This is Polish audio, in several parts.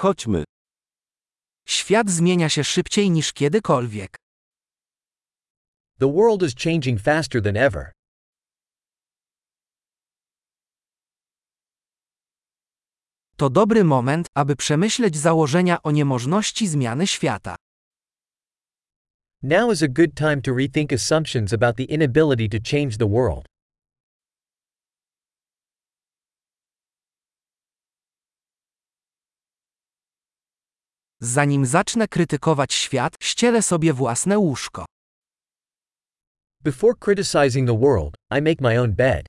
Chodźmy. Świat zmienia się szybciej niż kiedykolwiek. The world is changing faster than ever. To dobry moment, aby przemyśleć założenia o niemożności zmiany świata. Now is a good time to rethink assumptions about the inability to change the world. Zanim zacznę krytykować świat, ścielę sobie własne łóżko. Before criticizing the world, I make my own bed.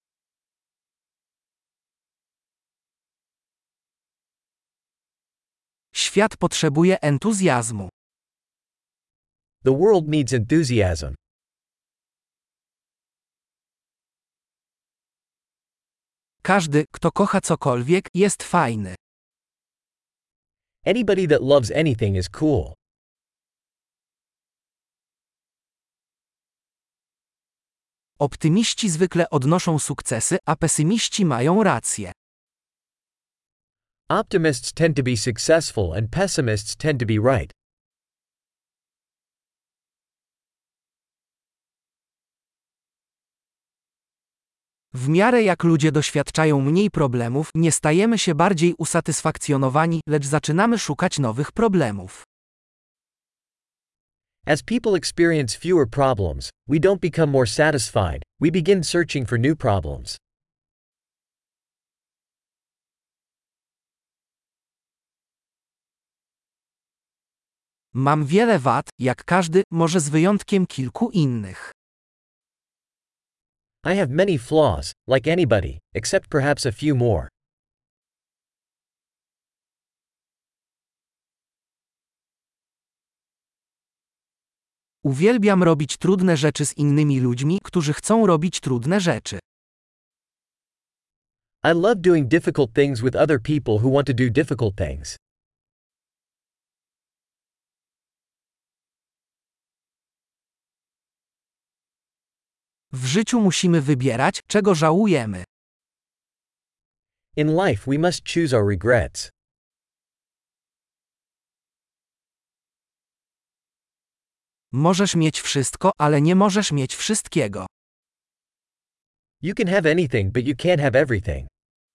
Świat potrzebuje entuzjazmu. The world needs enthusiasm. Każdy, kto kocha cokolwiek, jest fajny. Anybody that loves anything is cool. Optymiści zwykle odnoszą sukcesy, a pesymiści mają rację. Optimists tend to be successful and pessimists tend to be right. W miarę jak ludzie doświadczają mniej problemów, nie stajemy się bardziej usatysfakcjonowani, lecz zaczynamy szukać nowych problemów. As people experience fewer problems, we don't become more satisfied, we begin searching for new problems. Mam wiele wad, jak każdy, może z wyjątkiem kilku innych. I have many flaws, like anybody, except perhaps a few more. Uwielbiam robić trudne rzeczy z innymi ludźmi, którzy chcą robić trudne rzeczy. I love doing difficult things with other people who want to do difficult things. W życiu musimy wybierać, czego żałujemy. In life we must choose our regrets. Możesz mieć wszystko, ale nie możesz mieć wszystkiego. You can have anything but you can't have everything.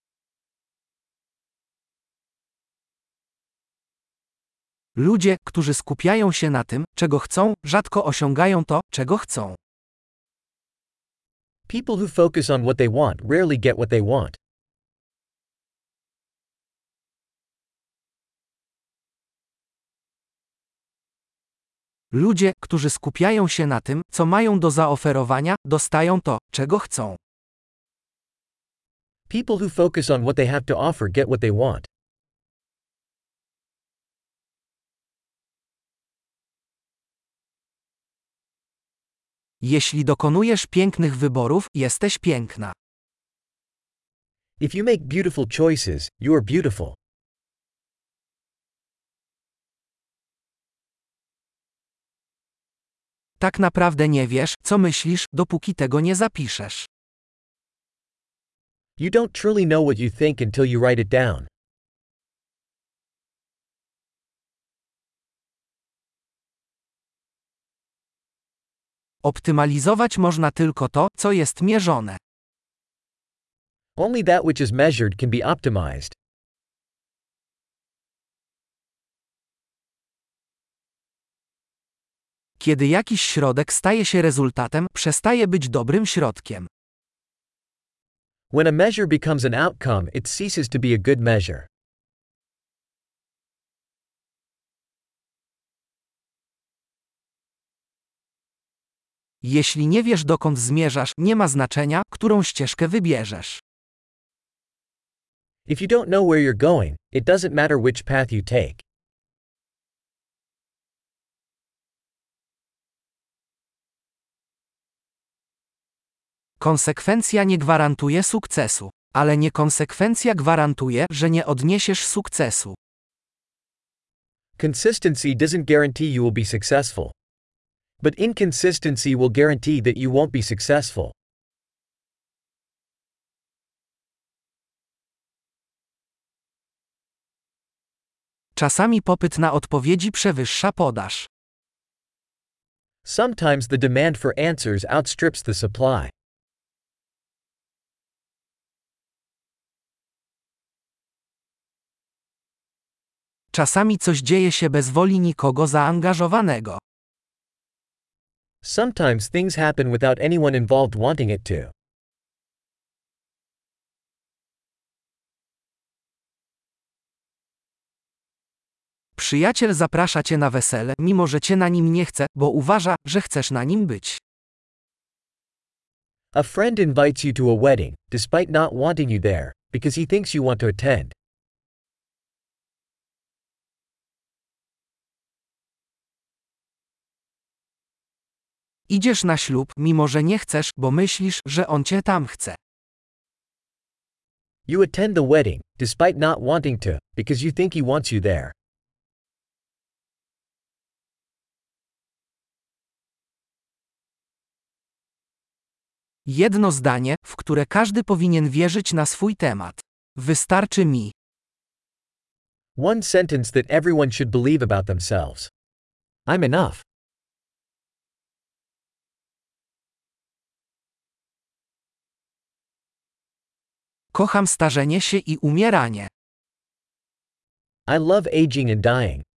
Ludzie, którzy skupiają się na tym, czego chcą, rzadko osiągają to, czego chcą. People who focus on what they want rarely get what they want. Ludzie, którzy skupiają się na tym, co mają do zaoferowania, dostają to, czego chcą. People who focus on what they have to offer get what they want. Jeśli dokonujesz pięknych wyborów, jesteś piękna. If you make beautiful choices, you are beautiful. Tak naprawdę nie wiesz, co myślisz, dopóki tego nie zapiszesz. You don't truly know what you think until you write it down. Optymalizować można tylko to, co jest mierzone. Only that which is measured can be optimized. Kiedy jakiś środek staje się rezultatem, przestaje być dobrym środkiem. When a measure becomes an outcome, it ceases to be a good measure. Jeśli nie wiesz, dokąd zmierzasz, nie ma znaczenia, którą ścieżkę wybierzesz. If you don't know where you're going, it doesn't matter which path you take. Konsekwencja nie gwarantuje sukcesu, ale niekonsekwencja gwarantuje, że nie odniesiesz sukcesu. Consistency doesn't guarantee you will be successful. But inconsistency will guarantee that you won't be successful. Czasami popyt na odpowiedzi przewyższa podaż. Sometimes the demand for answers outstrips the supply. Czasami coś dzieje się bez woli nikogo zaangażowanego. Sometimes things happen without anyone involved wanting it to. Przyjaciel zaprasza cię na wesele, mimo że cię na nim nie chce, bo uważa, że chcesz na nim być. A friend invites you to a wedding, despite not wanting you there, because he thinks you want to attend. Idziesz na ślub, mimo że nie chcesz, bo myślisz, że on cię tam chce. You attend the wedding, despite not wanting to, because you think he wants you there. Jedno zdanie, w które każdy powinien wierzyć na swój temat. Wystarczy mi. One sentence that everyone should believe about themselves. I'm enough. Kocham starzenie się i umieranie. I love aging and dying.